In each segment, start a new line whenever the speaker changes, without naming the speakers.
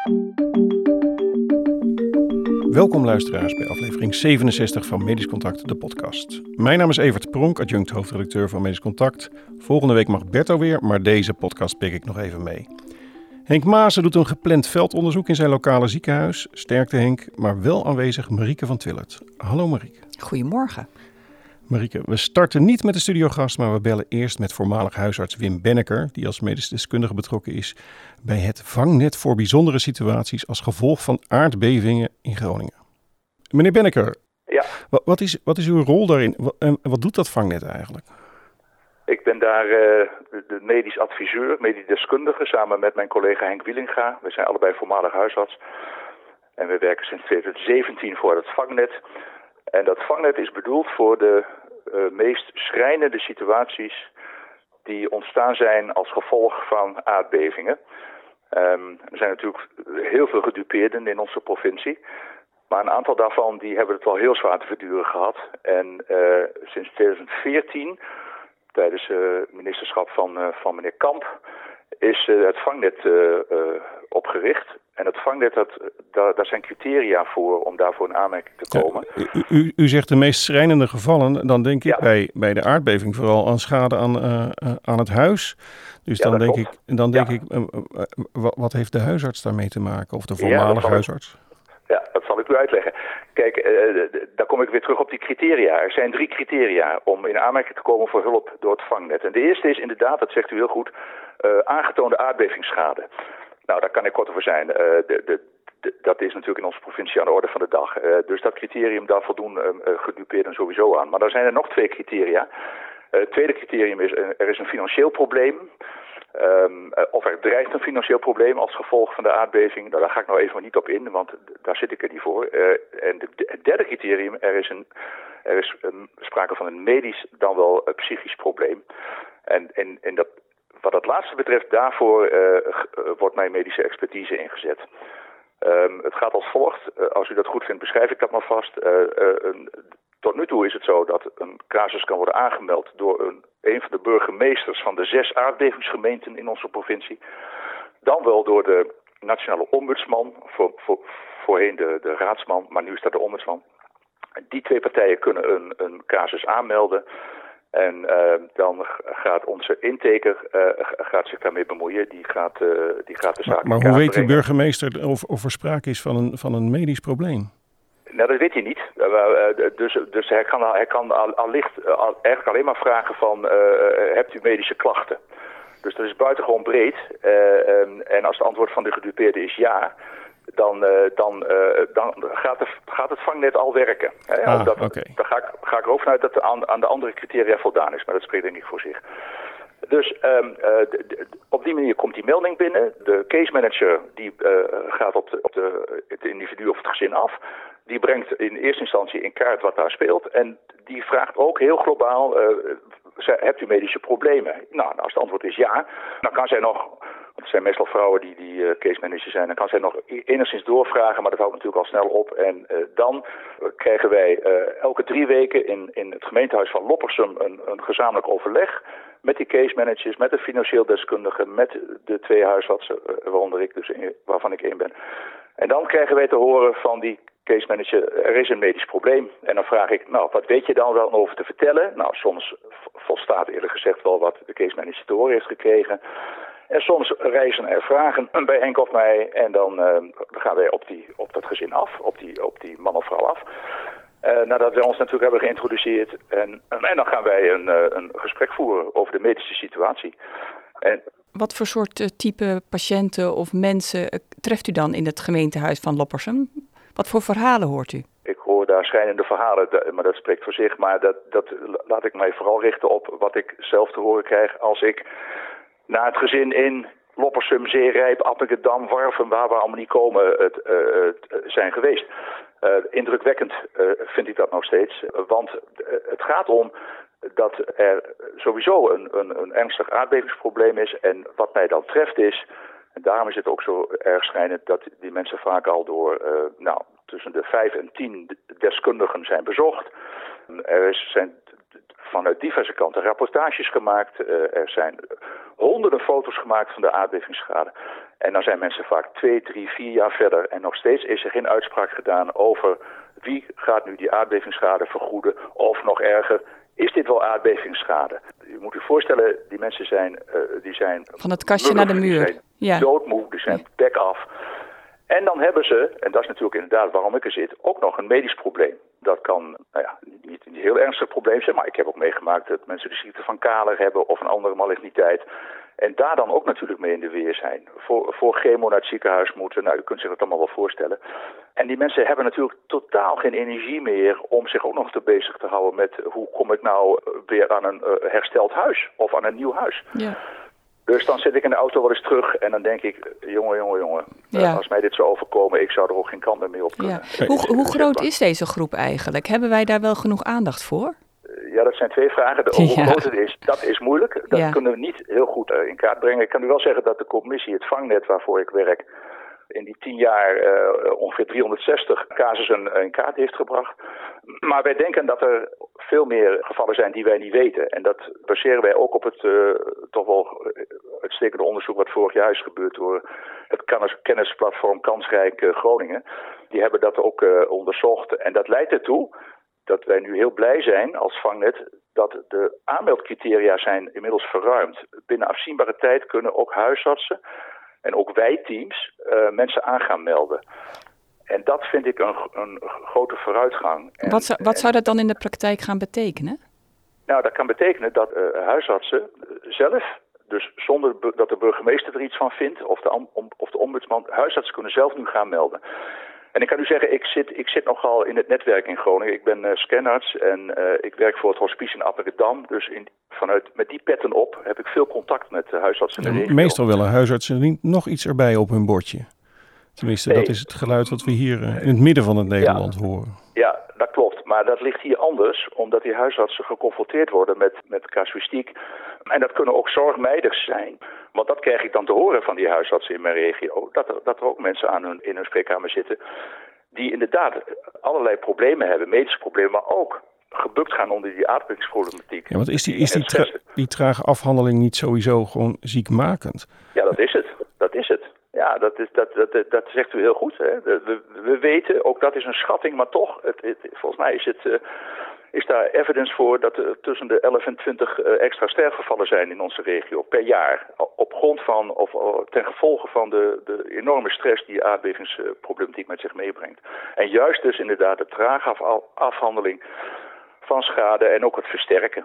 Welkom luisteraars bij aflevering 67 van Medisch Contact, de podcast. Mijn naam is Evert Pronk, adjunct hoofdredacteur van Medisch Contact. Volgende week mag Berto weer, maar deze podcast pik ik nog even mee. Henk Maassen doet een gepland veldonderzoek in zijn lokale ziekenhuis. Sterkte Henk, maar wel aanwezig Marieke van Twillert. Hallo Marieke.
Goedemorgen.
Marieke, we starten niet met de studiogast, maar we bellen eerst met voormalig huisarts Wim Benneker, die als medisch deskundige betrokken is bij het vangnet voor bijzondere situaties als gevolg van aardbevingen in Groningen. Meneer Benneker,
ja.
Wat is uw rol daarin en wat doet dat vangnet eigenlijk?
Ik ben daar de medisch adviseur, medisch deskundige, samen met mijn collega Henk Wielinga. We zijn allebei voormalig huisarts en we werken sinds 2017 voor het vangnet. En dat vangnet is bedoeld voor de meest schrijnende situaties die ontstaan zijn als gevolg van aardbevingen. Er zijn natuurlijk heel veel gedupeerden in onze provincie. Maar een aantal daarvan die hebben het wel heel zwaar te verduren gehad. En sinds 2014, tijdens het ministerschap van meneer Kamp, is het vangnet opgericht. En het vangnet, daar zijn criteria voor om daarvoor in aanmerking te komen.
Ja, u zegt de meest schrijnende gevallen. Dan denk ik bij de aardbeving vooral aan schade aan het huis. Dus ja, dan denk ik, wat heeft de huisarts daarmee te maken? Of de voormalige huisarts?
Ja, dat zal ik u uitleggen. Kijk, daar kom ik weer terug op die criteria. Er zijn 3 criteria om in aanmerking te komen voor hulp door het vangnet. En de eerste is inderdaad, dat zegt u heel goed, aangetoonde aardbevingsschade. Nou, daar kan ik kort over zijn. Dat is natuurlijk in onze provincie aan de orde van de dag. Dus dat criterium, daar voldoen gedupeerden sowieso aan. Maar er zijn er nog 2 criteria. Het tweede criterium is, er is een financieel probleem. Of er dreigt een financieel probleem als gevolg van de aardbeving. Nou, daar ga ik nou even niet op in, want daar zit ik er niet voor. En het derde criterium, er is sprake van een medisch dan wel psychisch probleem. En wat dat laatste betreft, daarvoor wordt mijn medische expertise ingezet. Het gaat als volgt. Als u dat goed vindt, beschrijf ik dat maar vast. Tot nu toe is het zo dat een casus kan worden aangemeld door een van de burgemeesters van de 6 aardbevingsgemeenten in onze provincie. Dan wel door de nationale ombudsman, voorheen de raadsman, maar nu is dat de ombudsman. Die 2 partijen kunnen een casus aanmelden. En dan gaat onze inteker gaat zich daarmee bemoeien. Die gaat de zaak
Maar hoe weet de burgemeester of er sprake is van een medisch probleem?
Nou, dat weet hij niet. Dus hij kan eigenlijk alleen maar vragen van, hebt u medische klachten? Dus dat is buitengewoon breed. En als het antwoord van de gedupeerde is ja, dan gaat het vangnet al werken.
Okay.
Dan ga ik er ook vanuit dat aan de andere criteria voldaan is. Maar dat spreekt denk ik voor zich. Dus op die manier komt die melding binnen. De case manager die gaat op het individu of het gezin af. Die brengt in eerste instantie in kaart wat daar speelt. En die vraagt ook heel globaal, hebt u medische problemen? Nou, als het antwoord is ja, dan kan zij nog, want het zijn meestal vrouwen die case manager zijn, dan kan zij nog enigszins doorvragen, maar dat houdt natuurlijk al snel op. En dan krijgen wij elke 3 weken in het gemeentehuis van Loppersum een gezamenlijk overleg met die case managers, met de financieel deskundige, met de 2 huisartsen, waarvan ik 1 ben. En dan krijgen wij te horen van die case manager, er is een medisch probleem. En dan vraag ik, nou, wat weet je dan wel over te vertellen? Nou, soms volstaat eerlijk gezegd wel wat de case manager te horen heeft gekregen. En soms reizen er vragen bij Henk of mij. En dan gaan wij op dat gezin af, op die man of vrouw af. Nadat wij ons natuurlijk hebben geïntroduceerd. En dan gaan wij een gesprek voeren over de medische situatie.
Wat voor soort type patiënten of mensen treft u dan in het gemeentehuis van Loppersum? Wat voor verhalen hoort u?
Ik hoor daar schrijnende verhalen, maar dat spreekt voor zich. Maar dat laat ik mij vooral richten op wat ik zelf te horen krijg als ik naar het gezin in Loppersum, Zeerijp, Appingedam, Warfum, waar we allemaal niet komen, zijn geweest. Indrukwekkend vind ik dat nog steeds. Want het gaat om dat er sowieso een ernstig aardbevingsprobleem is. En wat mij dan treft is, en daarom is het ook zo erg schrijnend dat die mensen vaak al door tussen de 5 en 10 deskundigen zijn bezocht. Er zijn vanuit diverse kanten rapportages gemaakt. Er zijn honderden foto's gemaakt van de aardbevingsschade. En dan zijn mensen vaak 2, 3, 4 jaar verder. En nog steeds is er geen uitspraak gedaan over wie gaat nu die aardbevingsschade vergoeden. Of nog erger, is dit wel aardbevingsschade? Je moet je voorstellen, die mensen zijn
van het kastje naar de muur.
Die zijn doodmoe, die zijn bek af. En dan hebben ze, en dat is natuurlijk inderdaad waarom ik er zit, ook nog een medisch probleem. Dat kan niet een heel ernstig probleem zijn, maar ik heb ook meegemaakt dat mensen de ziekte van Kaler hebben of een andere maligniteit. En daar dan ook natuurlijk mee in de weer zijn. Voor chemo naar het ziekenhuis moeten, u kunt zich dat allemaal wel voorstellen. En die mensen hebben natuurlijk totaal geen energie meer om zich ook nog te bezig te houden met hoe kom ik nou weer aan een hersteld huis of aan een nieuw huis. Ja. Dus dan zit ik in de auto wel eens terug en dan denk ik, jongen, als mij dit zou overkomen, ik zou er ook geen kant meer op kunnen.
Ja. Hoe groot is deze groep eigenlijk? Hebben wij daar wel genoeg aandacht voor?
Ja, dat zijn 2 vragen. Hoe groot het is, dat is moeilijk. Dat kunnen we niet heel goed in kaart brengen. Ik kan u wel zeggen dat de commissie, het vangnet waarvoor ik werk, in die 10 jaar ongeveer 360 casussen in kaart heeft gebracht. Maar wij denken dat er veel meer gevallen zijn die wij niet weten. En dat baseren wij ook op het toch wel uitstekende onderzoek wat vorig jaar is gebeurd door het kennisplatform Kansrijk Groningen. Die hebben dat ook onderzocht. En dat leidt ertoe dat wij nu heel blij zijn als vangnet dat de aanmeldcriteria zijn inmiddels verruimd. Binnen afzienbare tijd kunnen ook huisartsen en ook wijteams mensen aan gaan melden. En dat vind ik een grote vooruitgang.
Wat zou dat dan in de praktijk gaan betekenen?
Nou, dat kan betekenen dat huisartsen zelf, dus zonder dat de burgemeester er iets van vindt, of de ombudsman, huisartsen kunnen zelf nu gaan melden. En ik kan u zeggen, ik zit nogal in het netwerk in Groningen. Ik ben scanarts en ik werk voor het hospice in Appingedam. Dus met die petten op heb ik veel contact met huisartsen in de regio.
Meestal willen huisartsen niet nog iets erbij op hun bordje. Tenminste, dat is het geluid wat we hier in het midden van het Nederland horen.
Ja, dat klopt. Maar dat ligt hier anders, omdat die huisartsen geconfronteerd worden met casuïstiek. En dat kunnen ook zorgmeiders zijn. Want dat krijg ik dan te horen van die huisartsen in mijn regio. Dat er ook mensen in hun spreekkamer zitten die inderdaad allerlei problemen hebben, medische problemen, maar ook gebukt gaan onder die aardbevingsproblematiek.
Ja, want is die trage afhandeling niet sowieso gewoon ziekmakend? Ja,
dat is het. Ja, dat zegt u heel goed. Hè. We weten, ook dat is een schatting, maar toch, volgens mij is daar evidence voor dat er tussen de 11 en 20 extra sterfgevallen zijn in onze regio per jaar. Op grond van of ten gevolge van de enorme stress die aardbevingsproblematiek met zich meebrengt. En juist dus inderdaad de trage afhandeling van schade en ook het versterken.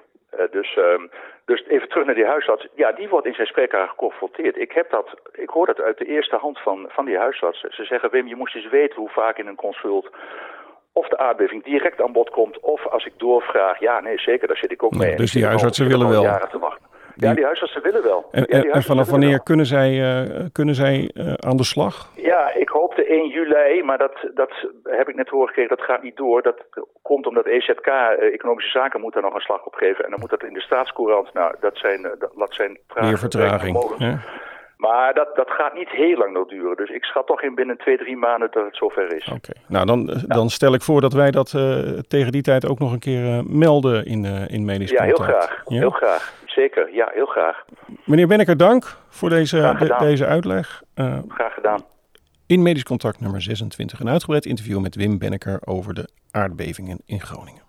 Dus even terug naar die huisarts. Ja, die wordt in zijn spreekkamer geconfronteerd. Ik hoor dat uit de eerste hand van die huisartsen. Ze zeggen, Wim, je moest eens weten hoe vaak in een consult of de aardbeving direct aan bod komt, of als ik doorvraag, ja, nee, zeker, daar zit ik ook mee.
Dus die huisartsen willen wel.
Jaren te wachten. Ja, die huisartsen willen wel.
En vanaf wanneer kunnen zij aan de slag?
Ja, ik hoopte 1 juli, maar dat heb ik net horen gekregen, dat gaat niet door. Dat komt omdat EZK, Economische Zaken, moet daar nog een slag op geven. En dan moet dat in de Staatscourant. Nou, dat zijn
meer vertraging.
Maar dat gaat niet heel lang nog duren. Dus ik schat toch in binnen 2-3 maanden dat het zover is.
Oké. Nou, dan stel ik voor dat wij dat tegen die tijd ook nog een keer melden in Medisch Contact.
Ja, heel graag. Ja? Heel graag. Zeker, ja, heel graag.
Meneer Benneker, dank voor deze uitleg.
Graag gedaan.
In Medisch Contact nummer 26 een uitgebreid interview met Wim Benneker over de aardbevingen in Groningen.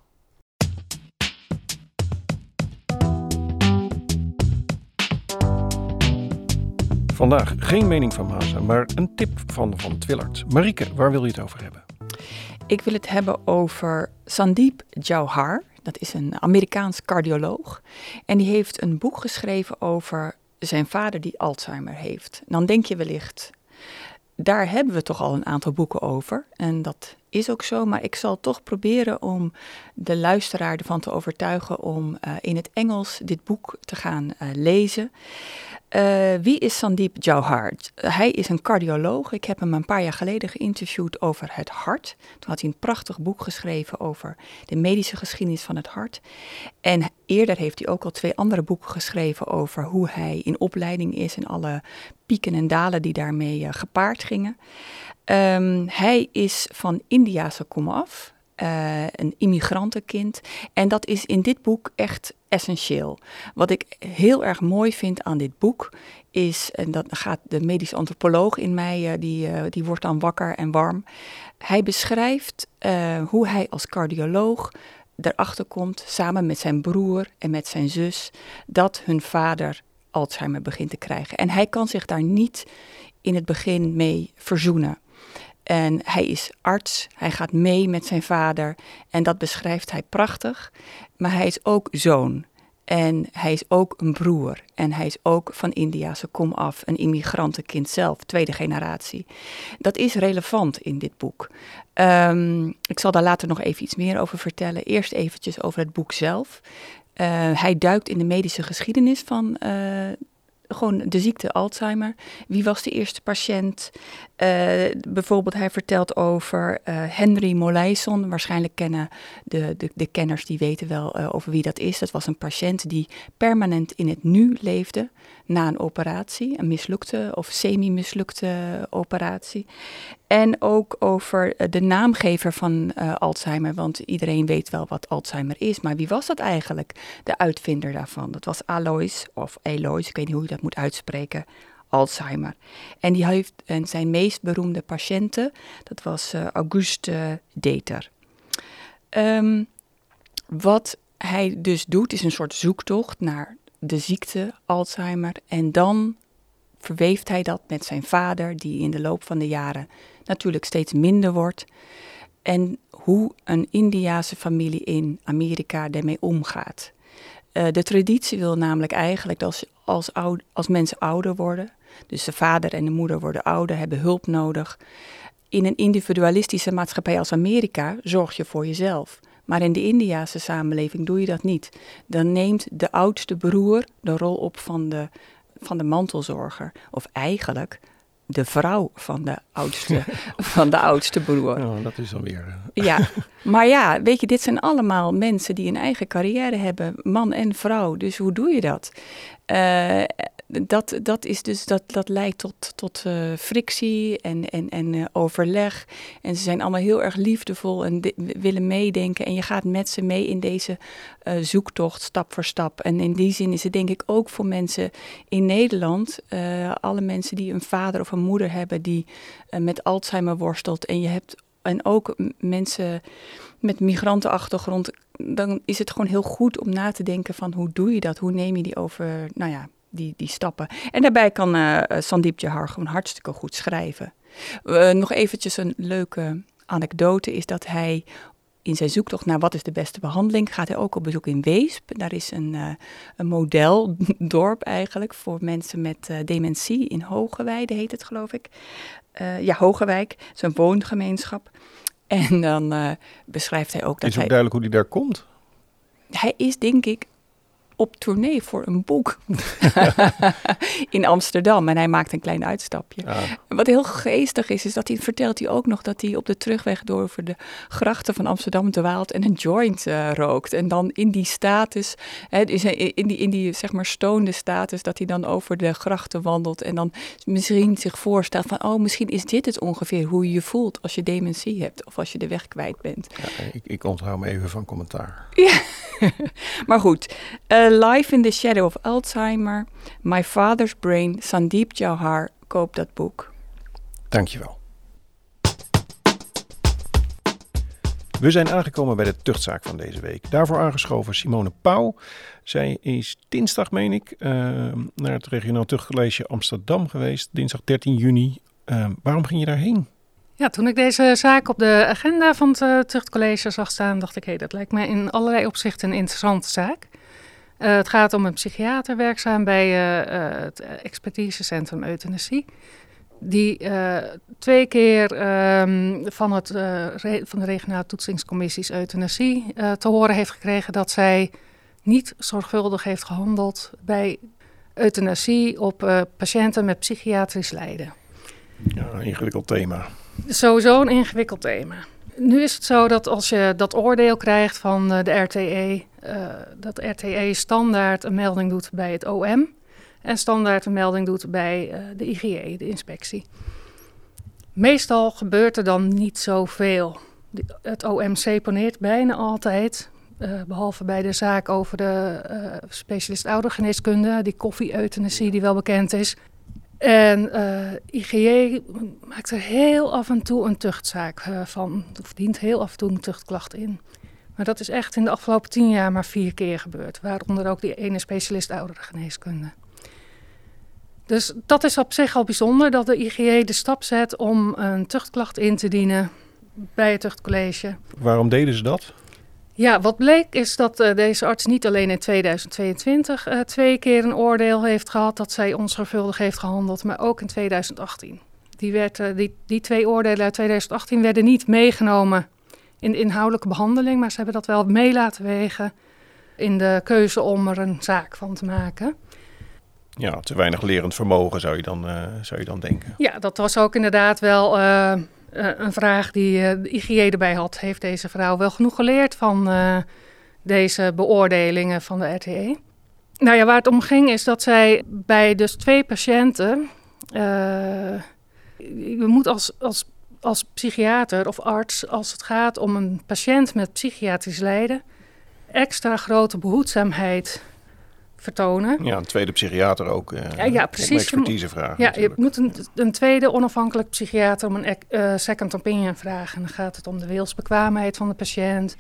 Vandaag geen mening van Maassen, maar een tip van Twillard. Marieke, waar wil je het over hebben?
Ik wil het hebben over Sandeep Jauhar. Dat is een Amerikaans cardioloog. En die heeft een boek geschreven over zijn vader die Alzheimer heeft. Dan denk je wellicht, daar hebben we toch al een aantal boeken over. En dat is ook zo, maar ik zal toch proberen om de luisteraar ervan te overtuigen om in het Engels dit boek te gaan lezen. Wie is Sandeep Jauhar? Hij is een cardioloog. Ik heb hem een paar jaar geleden geïnterviewd over het hart. Toen had hij een prachtig boek geschreven over de medische geschiedenis van het hart. En eerder heeft hij ook al 2 andere boeken geschreven over hoe hij in opleiding is en alle pieken en dalen die daarmee gepaard gingen. Hij is van Indiase komaf. Een immigrantenkind. En dat is in dit boek echt essentieel. Wat ik heel erg mooi vind aan dit boek is, en dat gaat de medische antropoloog in mij, die wordt dan wakker en warm. Hij beschrijft hoe hij als cardioloog erachter komt, samen met zijn broer en met zijn zus, dat hun vader Alzheimer begint te krijgen. En hij kan zich daar niet in het begin mee verzoenen. En hij is arts, hij gaat mee met zijn vader en dat beschrijft hij prachtig. Maar hij is ook zoon en hij is ook een broer en hij is ook van Indiase komaf, een immigrantenkind zelf, tweede generatie. Dat is relevant in dit boek. Ik zal daar later nog even iets meer over vertellen. Eerst eventjes over het boek zelf. Hij duikt in de medische geschiedenis van gewoon de ziekte Alzheimer. Wie was de eerste patiënt? Bijvoorbeeld hij vertelt over Henry Molaison. Waarschijnlijk kennen de kenners, die weten wel over wie dat is. Dat was een patiënt die permanent in het nu leefde na een operatie. Een mislukte of semi-mislukte operatie. En ook over de naamgever van Alzheimer. Want iedereen weet wel wat Alzheimer is. Maar wie was dat eigenlijk? De uitvinder daarvan. Dat was Alois, ik weet niet hoe je dat moet uitspreken. Alzheimer. En die heeft zijn meest beroemde patiënte, dat was Auguste Deter. Wat hij dus doet, is een soort zoektocht naar de ziekte Alzheimer. En dan verweeft hij dat met zijn vader, die in de loop van de jaren natuurlijk steeds minder wordt. En hoe een Indiase familie in Amerika daarmee omgaat. De traditie wil namelijk eigenlijk dat als mensen ouder worden, dus de vader en de moeder worden ouder, hebben hulp nodig. In een individualistische maatschappij als Amerika zorg je voor jezelf. Maar in de Indiase samenleving doe je dat niet. Dan neemt de oudste broer de rol op van de mantelzorger. Of eigenlijk de vrouw van de oudste broer.
Nou, dat is dan weer...
Ja, maar ja, weet je, dit zijn allemaal mensen die een eigen carrière hebben, man en vrouw. Dus hoe doe je dat? Dat leidt tot frictie en overleg. En ze zijn allemaal heel erg liefdevol en willen meedenken. En je gaat met ze mee in deze zoektocht, stap voor stap. En in die zin is het denk ik ook voor mensen in Nederland, alle mensen die een vader of een moeder hebben die met Alzheimer worstelt. En ook mensen met migrantenachtergrond, dan is het gewoon heel goed om na te denken van hoe doe je dat? Hoe neem je die over, die stappen? En daarbij kan Sandeep Jauhar gewoon hartstikke goed schrijven. Nog eventjes een leuke anekdote is dat hij in zijn zoektocht naar wat is de beste behandeling, gaat hij ook op bezoek in Weesp. Daar is een modeldorp eigenlijk voor mensen met dementie in Hogeweide, heet het geloof ik. Hogewijk, zo'n woongemeenschap. En dan beschrijft hij ook dat
is ook duidelijk hoe hij daar komt?
Hij is denk ik op tournee voor een boek in Amsterdam. En hij maakt een klein uitstapje. Ah. Wat heel geestig is dat vertelt hij ook nog dat hij op de terugweg door de grachten van Amsterdam dwaalt en een joint rookt. En dan in die status, in die zeg maar stonende status, dat hij dan over de grachten wandelt en dan misschien zich voorstelt van, misschien is dit het ongeveer hoe je je voelt als je dementie hebt of als je de weg kwijt bent.
Ja, ik onthoud me even van commentaar.
Ja, maar goed. Life in the Shadow of Alzheimer, My Father's Brain, Sandeep Jauhar, koop dat boek.
Dankjewel. We zijn aangekomen bij de tuchtzaak van deze week. Daarvoor aangeschoven Simone Pauw. Zij is dinsdag, meen ik, naar het regionaal tuchtcollege Amsterdam geweest. Dinsdag 13 juni. Waarom ging je daarheen?
Ja, toen ik deze zaak op de agenda van het tuchtcollege zag staan, dacht ik, dat lijkt me in allerlei opzichten een interessante zaak. Het gaat om een psychiater werkzaam bij het expertisecentrum euthanasie. Die 2 keer van de regionale toetsingscommissies euthanasie te horen heeft gekregen dat zij niet zorgvuldig heeft gehandeld bij euthanasie op patiënten met psychiatrisch lijden.
Ja, een ingewikkeld thema.
Sowieso een ingewikkeld thema. Nu is het zo dat als je dat oordeel krijgt van de RTE, dat RTE standaard een melding doet bij het OM en standaard een melding doet bij de IGE, de inspectie. Meestal gebeurt er dan niet zoveel. Het OM seponeert bijna altijd behalve bij de zaak over de specialist oudergeneeskunde, die koffie-euthanasie die wel bekend is. En IGJ maakt er heel af en toe een tuchtzaak van, of dient heel af en toe een tuchtklacht in. Maar dat is echt in de afgelopen 10 jaar maar 4 keer gebeurd, waaronder ook die ene specialist oudergeneeskunde. Dus dat is op zich al bijzonder dat de IGJ de stap zet om een tuchtklacht in te dienen bij het tuchtcollege.
Waarom deden ze dat?
Ja, wat bleek is dat deze arts niet alleen in 2022 2 keer een oordeel heeft gehad dat zij onzorgvuldig heeft gehandeld, maar ook in 2018. Die 2 oordelen uit 2018 werden niet meegenomen in de inhoudelijke behandeling, maar ze hebben dat wel mee laten wegen in de keuze om er een zaak van te maken.
Ja, te weinig lerend vermogen zou je dan denken.
Ja, dat was ook inderdaad wel een vraag die de IGJ erbij had. Heeft deze vrouw wel genoeg geleerd van deze beoordelingen van de RTE? Nou ja, waar het om ging is dat zij bij dus 2 patiënten... je moet als psychiater of arts, als het gaat om een patiënt met psychiatrisch lijden, extra grote behoedzaamheid vertonen.
Ja, een tweede psychiater ook.
Ja, precies.
Om expertise vragen.
Ja, je moet een tweede onafhankelijk psychiater om een second opinion vragen. En dan gaat het om de wilsbekwaamheid van de patiënt.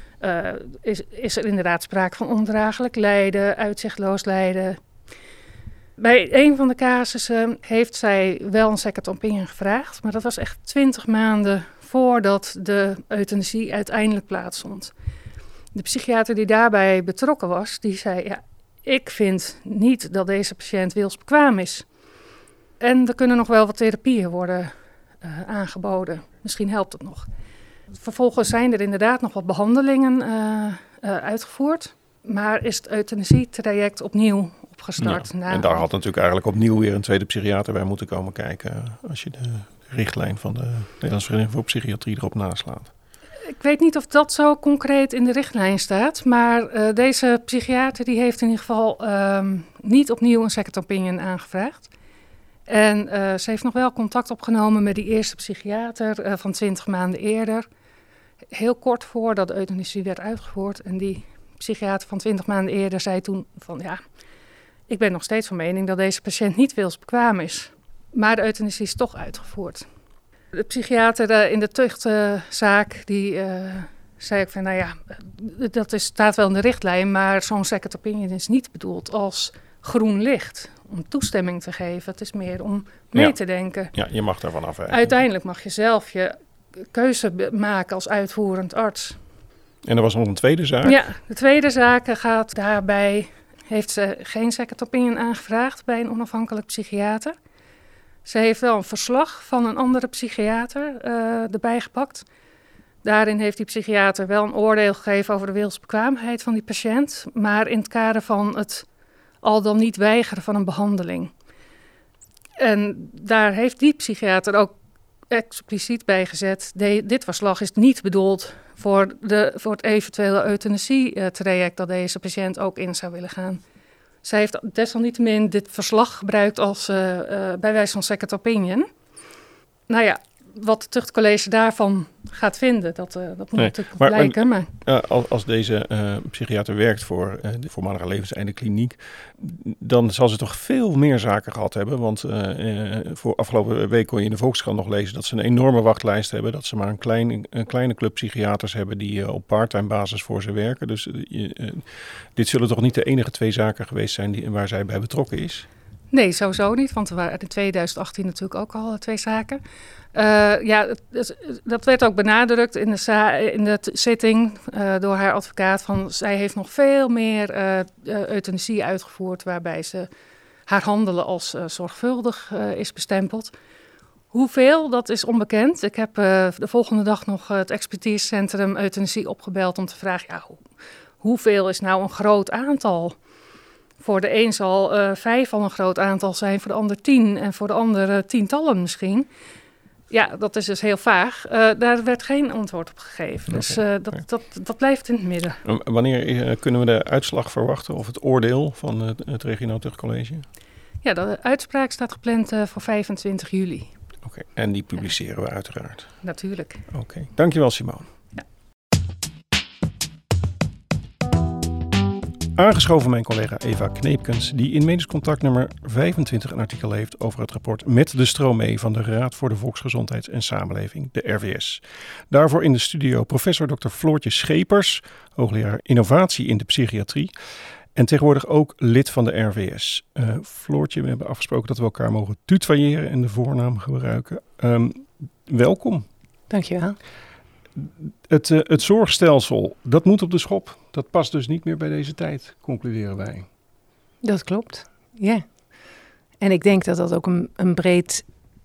Is er inderdaad sprake van ondraaglijk lijden, uitzichtloos lijden? Bij een van de casussen heeft zij wel een second opinion gevraagd, maar dat was echt 20 maanden voordat de euthanasie uiteindelijk plaatsvond. De psychiater die daarbij betrokken was, die zei, ja, ik vind niet dat deze patiënt wilsbekwaam is. En er kunnen nog wel wat therapieën worden aangeboden. Misschien helpt het nog. Vervolgens zijn er inderdaad nog wat behandelingen uitgevoerd, maar is het euthanasietraject opnieuw opgestart.
Ja, en daar had natuurlijk eigenlijk opnieuw weer een tweede psychiater bij moeten komen kijken als je de richtlijn van de Nederlandse Vereniging voor Psychiatrie erop naslaat.
Ik weet niet of dat zo concreet in de richtlijn staat, maar deze psychiater die heeft in ieder geval niet opnieuw een second opinion aangevraagd. En ze heeft nog wel contact opgenomen met die eerste psychiater van 20 maanden eerder. Heel kort voordat de euthanasie werd uitgevoerd. En die psychiater van 20 maanden eerder zei toen van ja, ik ben nog steeds van mening dat deze patiënt niet wilsbekwaam is. Maar de euthanasie is toch uitgevoerd. De psychiater in de tuchtzaak die zei ook van nou ja, staat wel in de richtlijn, maar zo'n second opinion is niet bedoeld als groen licht om toestemming te geven. Het is meer om mee te denken.
Ja, je mag daarvan afwijken.
Uiteindelijk mag je zelf je keuze maken als uitvoerend arts.
En er was nog een tweede zaak?
Ja, de tweede zaak gaat daarbij, heeft ze geen second opinion aangevraagd bij een onafhankelijk psychiater. Ze heeft wel een verslag van een andere psychiater erbij gepakt. Daarin heeft die psychiater wel een oordeel gegeven over de wilsbekwaamheid van die patiënt, maar in het kader van het al dan niet weigeren van een behandeling. En daar heeft die psychiater ook expliciet bij gezet, dit verslag is niet bedoeld voor het eventuele euthanasietraject dat deze patiënt ook in zou willen gaan. Zij heeft desalniettemin dit verslag gebruikt als bij wijze van second opinion. Nou ja, wat het tuchtcollege daarvan gaat vinden, dat moet natuurlijk blijken. Maar
als deze psychiater werkt voor de voormalige levenseindekliniek, dan zal ze toch veel meer zaken gehad hebben. Want voor afgelopen week kon je in de Volkskrant nog lezen dat ze een enorme wachtlijst hebben. Dat ze maar een kleine club psychiaters hebben die op parttime basis voor ze werken. Dus dit zullen toch niet de enige 2 zaken geweest zijn waar zij bij betrokken is?
Nee, sowieso niet, want er waren in 2018 natuurlijk ook al 2 zaken. Dat werd ook benadrukt in de zitting door haar advocaat. Van zij heeft nog veel meer euthanasie uitgevoerd waarbij ze haar handelen als zorgvuldig is bestempeld. Hoeveel, dat is onbekend. Ik heb de volgende dag nog het expertisecentrum euthanasie opgebeld om te vragen, hoeveel is nou een groot aantal? Voor de een zal 5 al een groot aantal zijn, voor de ander 10 en voor de andere tientallen misschien. Ja, dat is dus heel vaag. Daar werd geen antwoord op gegeven. Dus dat blijft in het midden.
Wanneer kunnen we de uitslag verwachten of het oordeel van het Regionaal Tuchtcollege?
Ja, de uitspraak staat gepland voor 25 juli.
Oké, en die publiceren we uiteraard?
Natuurlijk.
Oké, dankjewel Simone. Aangeschoven mijn collega Eva Kneepkens, die in Medisch Contact nummer 25 een artikel heeft over het rapport Met de stroom mee van de Raad voor de Volksgezondheid en Samenleving, de RVS. Daarvoor in de studio professor Dr. Floortje Schepers, hoogleraar innovatie in de psychiatrie en tegenwoordig ook lid van de RVS. Floortje, we hebben afgesproken dat we elkaar mogen tutoyeren en de voornaam gebruiken. Welkom.
Dankjewel.
Het zorgstelsel, dat moet op de schop. Dat past dus niet meer bij deze tijd, concluderen wij.
Dat klopt, ja. En ik denk dat dat ook een breed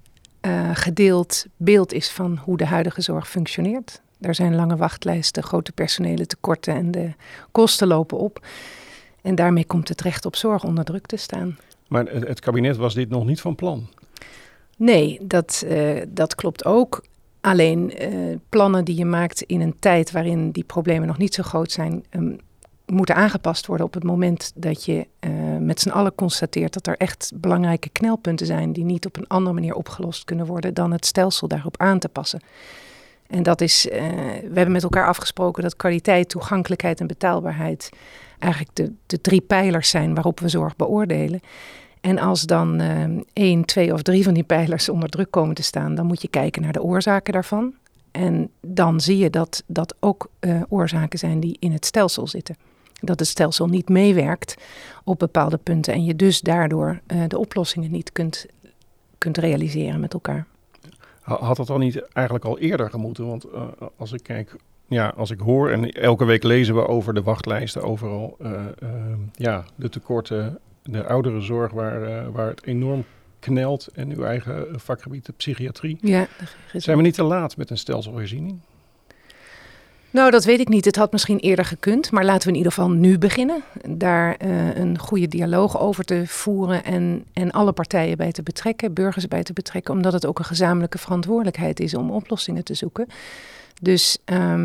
gedeeld beeld is van hoe de huidige zorg functioneert. Er zijn lange wachtlijsten, grote personele tekorten en de kosten lopen op. En daarmee komt het recht op zorg onder druk te staan.
Maar het kabinet was dit nog niet van plan?
Nee, dat klopt ook. Alleen plannen die je maakt in een tijd waarin die problemen nog niet zo groot zijn, moeten aangepast worden op het moment dat je met z'n allen constateert dat er echt belangrijke knelpunten zijn die niet op een andere manier opgelost kunnen worden dan het stelsel daarop aan te passen. En dat is, we hebben met elkaar afgesproken dat kwaliteit, toegankelijkheid en betaalbaarheid eigenlijk de 3 pijlers zijn waarop we zorg beoordelen. En als dan 1, 2 of 3 van die pijlers onder druk komen te staan, dan moet je kijken naar de oorzaken daarvan. En dan zie je dat dat ook oorzaken zijn die in het stelsel zitten. Dat het stelsel niet meewerkt op bepaalde punten en je dus daardoor de oplossingen niet kunt realiseren met elkaar.
Had dat dan niet eigenlijk al eerder gemoeten? Want als ik kijk, als ik hoor en elke week lezen we over de wachtlijsten overal, de tekorten, de ouderenzorg waar het enorm knelt en uw eigen vakgebied, de psychiatrie. Ja, zijn we niet te laat met een stelselherziening?
Nou, dat weet ik niet. Het had misschien eerder gekund, maar laten we in ieder geval nu beginnen. Daar een goede dialoog over te voeren en alle partijen bij te betrekken, burgers bij te betrekken, omdat het ook een gezamenlijke verantwoordelijkheid is om oplossingen te zoeken. Dus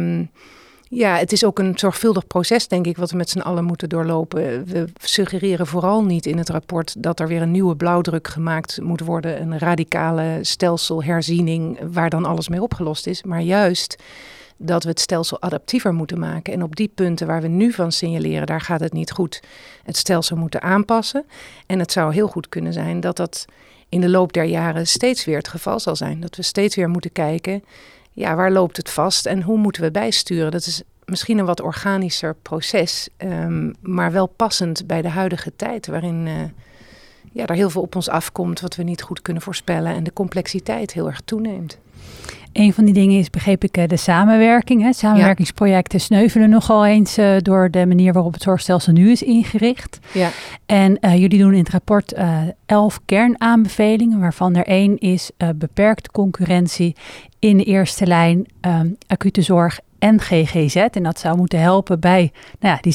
het is ook een zorgvuldig proces, denk ik, wat we met z'n allen moeten doorlopen. We suggereren vooral niet in het rapport dat er weer een nieuwe blauwdruk gemaakt moet worden, een radicale stelselherziening waar dan alles mee opgelost is, maar juist dat we het stelsel adaptiever moeten maken. En op die punten waar we nu van signaleren, daar gaat het niet goed, het stelsel moeten aanpassen. En het zou heel goed kunnen zijn dat dat in de loop der jaren steeds weer het geval zal zijn. Dat we steeds weer moeten kijken, waar loopt het vast en hoe moeten we bijsturen? Dat is misschien een wat organischer proces, maar wel passend bij de huidige tijd, waarin er heel veel op ons afkomt wat we niet goed kunnen voorspellen en de complexiteit heel erg toeneemt.
Een van die dingen is, begreep ik, de samenwerking. Hè? Samenwerkingsprojecten sneuvelen nogal eens door de manier waarop het zorgstelsel nu is ingericht. Ja. En jullie doen in het rapport 11 kernaanbevelingen, waarvan er 1 is beperkte concurrentie in de eerste lijn acute zorg en GGZ. En dat zou moeten helpen bij die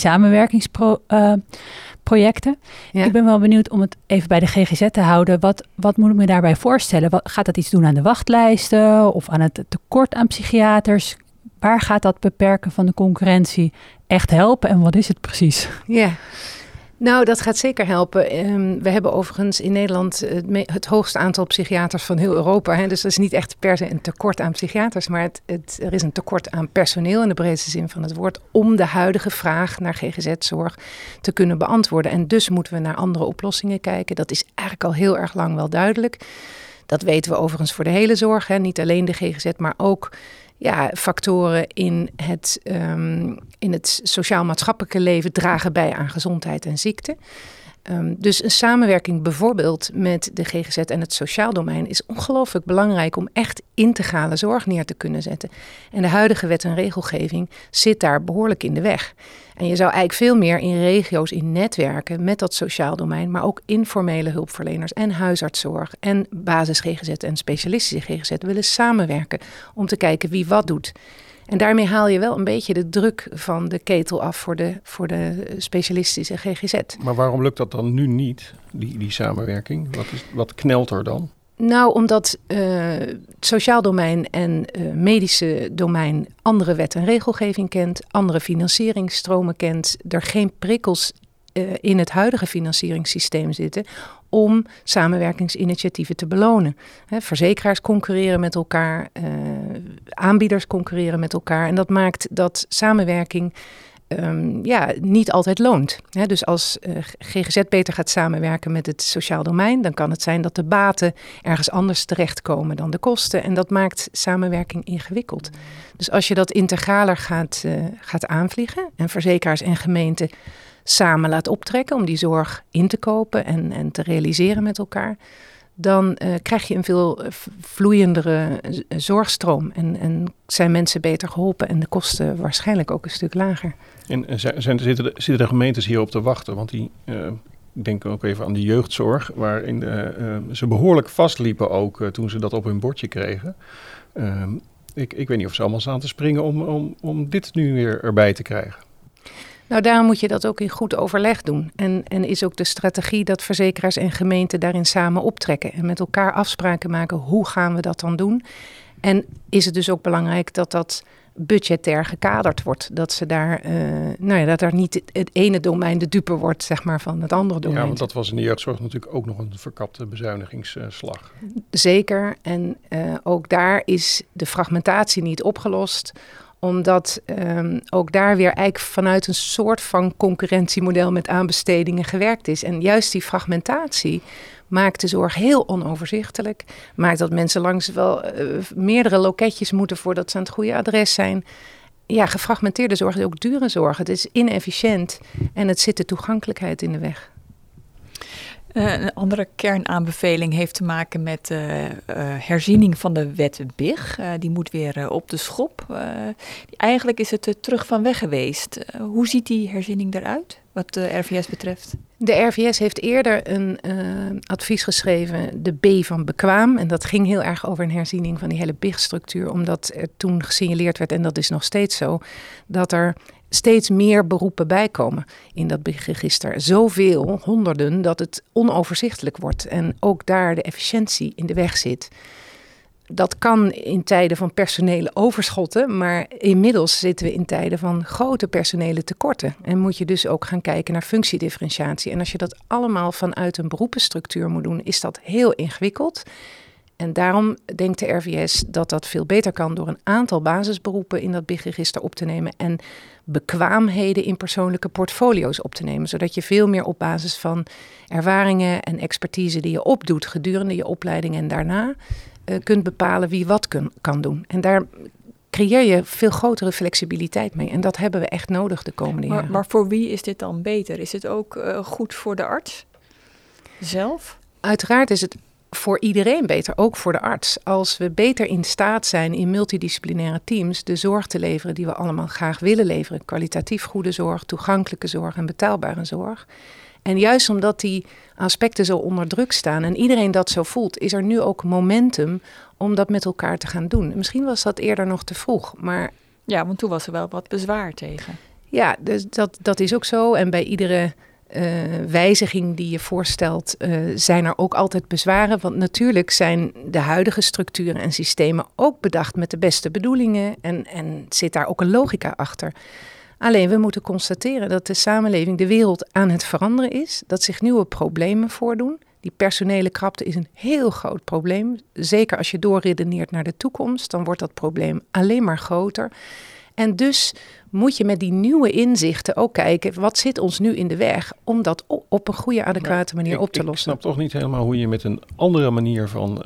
samenwerkingsprojecten. Ja. Ik ben wel benieuwd om het even bij de GGZ te houden. Wat moet ik me daarbij voorstellen? Gaat dat iets doen aan de wachtlijsten of aan het tekort aan psychiaters? Waar gaat dat beperken van de concurrentie echt helpen en wat is het precies?
Ja. Nou, dat gaat zeker helpen. We hebben overigens in Nederland het hoogste aantal psychiaters van heel Europa. Hè? Dus dat is niet echt per se een tekort aan psychiaters, maar er is een tekort aan personeel in de breedste zin van het woord om de huidige vraag naar GGZ-zorg te kunnen beantwoorden. En dus moeten we naar andere oplossingen kijken. Dat is eigenlijk al heel erg lang wel duidelijk. Dat weten we overigens voor de hele zorg. Hè? Niet alleen de GGZ, maar ook factoren in het sociaal-maatschappelijke leven dragen bij aan gezondheid en ziekte. Dus een samenwerking bijvoorbeeld met de GGZ en het sociaal domein is ongelooflijk belangrijk om echt integrale zorg neer te kunnen zetten. En de huidige wet en regelgeving zit daar behoorlijk in de weg. En je zou eigenlijk veel meer in regio's, in netwerken met dat sociaal domein, maar ook informele hulpverleners en huisartszorg en basis GGZ en specialistische GGZ willen samenwerken om te kijken wie wat doet. En daarmee haal je wel een beetje de druk van de ketel af voor de specialistische GGZ.
Maar waarom lukt dat dan nu niet, die samenwerking? Wat knelt er dan?
Nou, omdat het sociaal domein en medische domein andere wet en regelgeving kent, andere financieringsstromen kent, er geen prikkels in het huidige financieringssysteem zitten om samenwerkingsinitiatieven te belonen. Verzekeraars concurreren met elkaar, aanbieders concurreren met elkaar en dat maakt dat samenwerking niet altijd loont. Dus als GGZ beter gaat samenwerken met het sociaal domein, dan kan het zijn dat de baten ergens anders terechtkomen dan de kosten. En dat maakt samenwerking ingewikkeld. Dus als je dat integraler gaat aanvliegen en verzekeraars en gemeenten samen laat optrekken om die zorg in te kopen en te realiseren met elkaar, dan krijg je een veel vloeiendere zorgstroom. En zijn mensen beter geholpen en de kosten waarschijnlijk ook een stuk lager.
En zitten de gemeentes hierop te wachten? Want ik denk ook even aan de jeugdzorg, waarin ze behoorlijk vastliepen ook toen ze dat op hun bordje kregen. Ik weet niet of ze allemaal staan te springen om dit nu weer erbij te krijgen.
Nou, daarom moet je dat ook in goed overleg doen. En is ook de strategie dat verzekeraars en gemeenten daarin samen optrekken. En met elkaar afspraken maken, hoe gaan we dat dan doen? En is het dus ook belangrijk dat dat budgetair gekaderd wordt. Dat ze daar, dat er niet het ene domein de dupe wordt, zeg maar, van het andere domein.
Ja, want dat was in de jeugdzorg natuurlijk ook nog een verkapte bezuinigingsslag.
Zeker. En ook daar is de fragmentatie niet opgelost, omdat ook daar weer eigenlijk vanuit een soort van concurrentiemodel met aanbestedingen gewerkt is. En juist die fragmentatie maakt de zorg heel onoverzichtelijk. Maakt dat mensen langs wel meerdere loketjes moeten voordat ze aan het goede adres zijn. Ja, gefragmenteerde zorg is ook dure zorg. Het is inefficiënt en het zit de toegankelijkheid in de weg.
Een andere kernaanbeveling heeft te maken met herziening van de wet BIG. Die moet weer op de schop. Eigenlijk is het terug van weg geweest. Hoe ziet die herziening eruit, wat de RVS betreft?
De RVS heeft eerder een advies geschreven, de B van bekwaam. En dat ging heel erg over een herziening van die hele BIG-structuur. Omdat er toen gesignaleerd werd, en dat is nog steeds zo, dat er steeds meer beroepen bijkomen in dat BIG-register. Zoveel, honderden, dat het onoverzichtelijk wordt. En ook daar de efficiëntie in de weg zit. Dat kan in tijden van personele overschotten, maar inmiddels zitten we in tijden van grote personele tekorten. En moet je dus ook gaan kijken naar functiedifferentiatie. En als je dat allemaal vanuit een beroepenstructuur moet doen, is dat heel ingewikkeld. En daarom denkt de RVS dat dat veel beter kan door een aantal basisberoepen in dat BIG-register op te nemen en bekwaamheden in persoonlijke portfolio's op te nemen. Zodat je veel meer op basis van ervaringen en expertise die je opdoet gedurende je opleiding en daarna kunt bepalen wie wat kan doen. En daar creëer je veel grotere flexibiliteit mee. En dat hebben we echt nodig de komende jaren.
Maar voor wie is dit dan beter? Is het ook goed voor de arts zelf?
Uiteraard is het voor iedereen beter, ook voor de arts. Als we beter in staat zijn in multidisciplinaire teams de zorg te leveren die we allemaal graag willen leveren. Kwalitatief goede zorg, toegankelijke zorg en betaalbare zorg. En juist omdat die aspecten zo onder druk staan en iedereen dat zo voelt, is er nu ook momentum om dat met elkaar te gaan doen. Misschien was dat eerder nog te vroeg, maar
ja, want toen was er wel wat bezwaar tegen.
Ja, dus dat is ook zo. En bij iedere wijziging die je voorstelt, zijn er ook altijd bezwaren. Want natuurlijk zijn de huidige structuren en systemen ook bedacht met de beste bedoelingen. En zit daar ook een logica achter. Alleen we moeten constateren dat de samenleving, de wereld aan het veranderen is. Dat zich nieuwe problemen voordoen. Die personele krapte is een heel groot probleem. Zeker als je doorredeneert naar de toekomst, dan wordt dat probleem alleen maar groter. En dus moet je met die nieuwe inzichten ook kijken, wat zit ons nu in de weg om dat op een goede, adequate manier op te lossen.
Ik snap toch niet helemaal hoe je met een andere manier van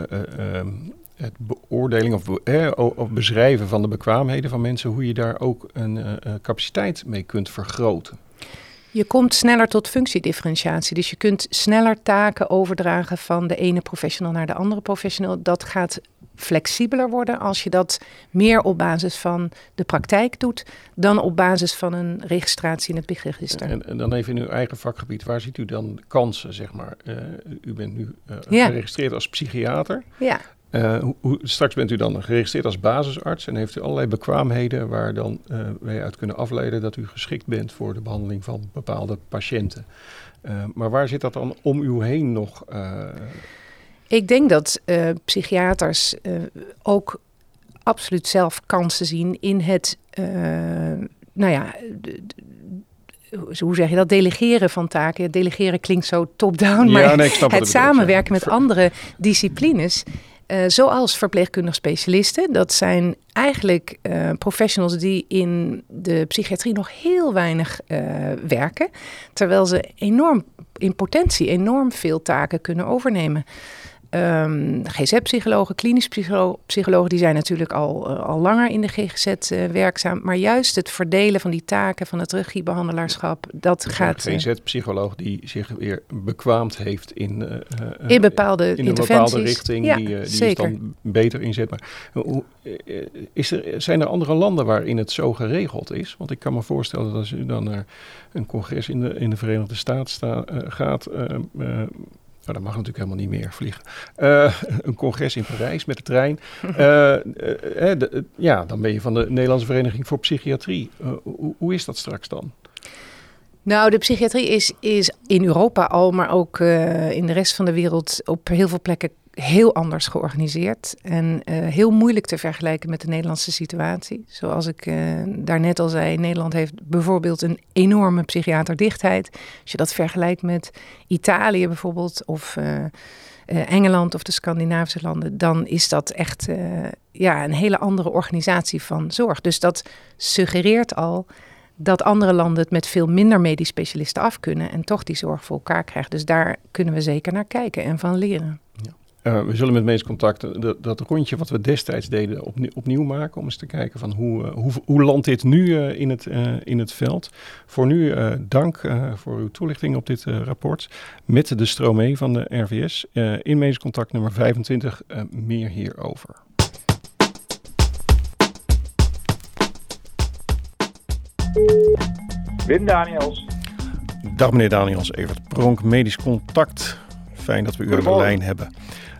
het beoordeling of beschrijven van de bekwaamheden van mensen, hoe je daar ook een capaciteit mee kunt vergroten.
Je komt sneller tot functiedifferentiatie. Dus je kunt sneller taken overdragen van de ene professional naar de andere professional. Dat gaat flexibeler worden als je dat meer op basis van de praktijk doet dan op basis van een registratie in het BIG-register.
En dan even in uw eigen vakgebied. Waar ziet u dan kansen, zeg maar? U bent nu geregistreerd als psychiater.
Ja.
Straks bent u dan geregistreerd als basisarts en heeft u allerlei bekwaamheden waar dan wij uit kunnen afleiden dat u geschikt bent voor de behandeling van bepaalde patiënten. Maar waar zit dat dan om u heen nog?
Ik denk dat psychiaters ook absoluut zelf kansen zien in het, hoe zeg je dat, delegeren van taken. Delegeren klinkt zo top-down, maar het samenwerken met andere disciplines. Zoals verpleegkundig specialisten. Dat zijn eigenlijk professionals die in de psychiatrie nog heel weinig werken. Terwijl ze in potentie enorm veel taken kunnen overnemen. GZ-psychologen, klinisch psychologen, die zijn natuurlijk al langer in de GGZ werkzaam. Maar juist het verdelen van die taken van het regiebehandelaarschap, dat dus gaat...
Een GZ-psycholoog die zich weer bekwaamd heeft in
bepaalde
in een bepaalde richting,
ja,
die is dan beter inzet. Maar zijn er andere landen waarin het zo geregeld is? Want ik kan me voorstellen dat als u dan naar een congres in de Verenigde Staten gaat... Nou, dat mag natuurlijk helemaal niet meer vliegen. Een congres in Parijs met de trein. Dan ben je van de Nederlandse Vereniging voor Psychiatrie. Hoe is dat straks dan?
Nou, de psychiatrie is in Europa al, maar ook in de rest van de wereld op heel veel plekken heel anders georganiseerd. En heel moeilijk te vergelijken met de Nederlandse situatie. Zoals ik daarnet al zei, Nederland heeft bijvoorbeeld een enorme psychiaterdichtheid. Als je dat vergelijkt met Italië bijvoorbeeld of Engeland of de Scandinavische landen, dan is dat echt een hele andere organisatie van zorg. Dus dat suggereert al dat andere landen het met veel minder medisch specialisten af kunnen en toch die zorg voor elkaar krijgen. Dus daar kunnen we zeker naar kijken en van leren.
Ja. We zullen met Medisch Contact dat rondje wat we destijds deden opnieuw maken. Om eens te kijken van hoe landt dit nu in het veld. Voor nu dank voor uw toelichting op dit rapport. Met de stroom mee van de RVS. In Medisch Contact nummer 25 meer hierover.
Wim Daniels.
Dag meneer Daniels, Evert Pronk, Medisch Contact. Fijn dat we u aan de lijn hebben.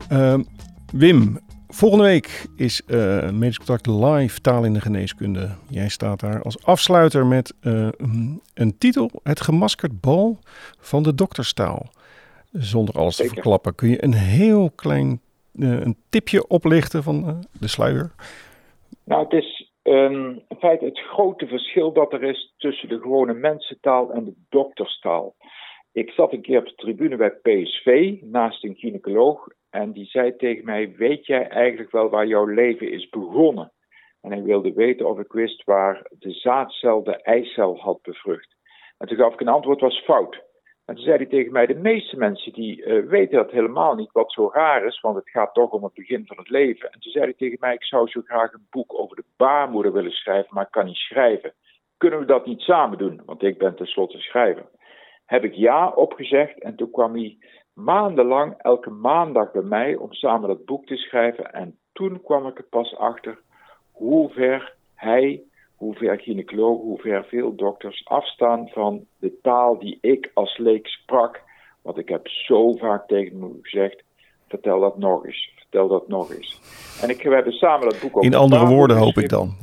Wim, volgende week is Medisch Contact live taal in de geneeskunde. Jij staat daar als afsluiter met een titel, Het gemaskerd bal van de dokterstaal. Zonder alles te verklappen, kun je een heel klein een tipje oplichten van de sluier?
Nou, het is in feite het grote verschil dat er is tussen de gewone mensentaal en de dokterstaal. Ik zat een keer op de tribune bij PSV naast een gynaecoloog en die zei tegen mij, weet jij eigenlijk wel waar jouw leven is begonnen? En hij wilde weten of ik wist waar de zaadcel de eicel had bevrucht. En toen gaf ik een antwoord, was fout. En toen zei hij tegen mij, de meeste mensen die weten dat helemaal niet, wat zo raar is, want het gaat toch om het begin van het leven. En toen zei hij tegen mij, ik zou zo graag een boek over de baarmoeder willen schrijven, maar ik kan niet schrijven. Kunnen we dat niet samen doen? Want ik ben tenslotte schrijver. Heb ik ja opgezegd en toen kwam hij maandenlang elke maandag bij mij om samen dat boek te schrijven. En toen kwam ik er pas achter hoe ver hij, hoe ver gynaecologen, hoe ver veel dokters afstaan van de taal die ik als leek sprak. Want ik heb zo vaak tegen hem gezegd, vertel dat nog eens, vertel dat nog eens. En we hebben samen dat boek ook...
In andere woorden hoop ik dan.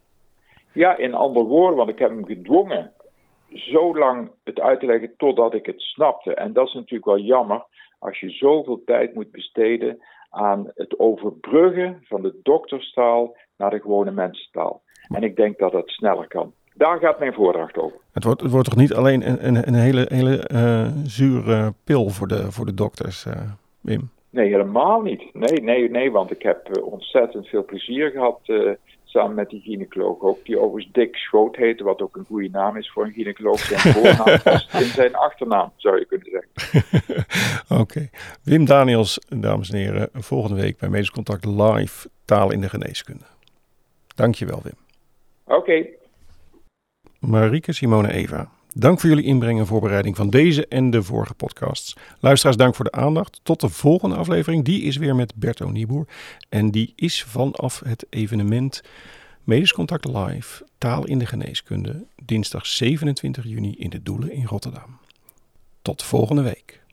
Ja, in andere woorden, want ik heb hem gedwongen zo lang het uit te leggen totdat ik het snapte. En dat is natuurlijk wel jammer als je zoveel tijd moet besteden aan het overbruggen van de dokterstaal naar de gewone mensentaal. En ik denk dat dat sneller kan. Daar gaat mijn voordracht over. Het
wordt toch niet alleen een hele zure pil voor de dokters, Wim?
Nee, helemaal niet. Nee, want ik heb ontzettend veel plezier gehad samen met die gynaecoloog ook, die overigens Dick Schoot heette, wat ook een goede naam is voor een gynaecoloog. Zijn voornaam was in zijn achternaam, zou je kunnen zeggen.
Oké. Wim Daniels, dames en heren, volgende week bij Medisch Contact live taal in de geneeskunde. Dankjewel, Wim.
Oké.
Marieke, Simone, Eva. Dank voor jullie inbreng en voorbereiding van deze en de vorige podcasts. Luisteraars, dank voor de aandacht. Tot de volgende aflevering. Die is weer met Berto Nieboer. En die is vanaf het evenement Medisch Contact Live, taal in de geneeskunde, dinsdag 27 juni in de Doelen in Rotterdam. Tot volgende week.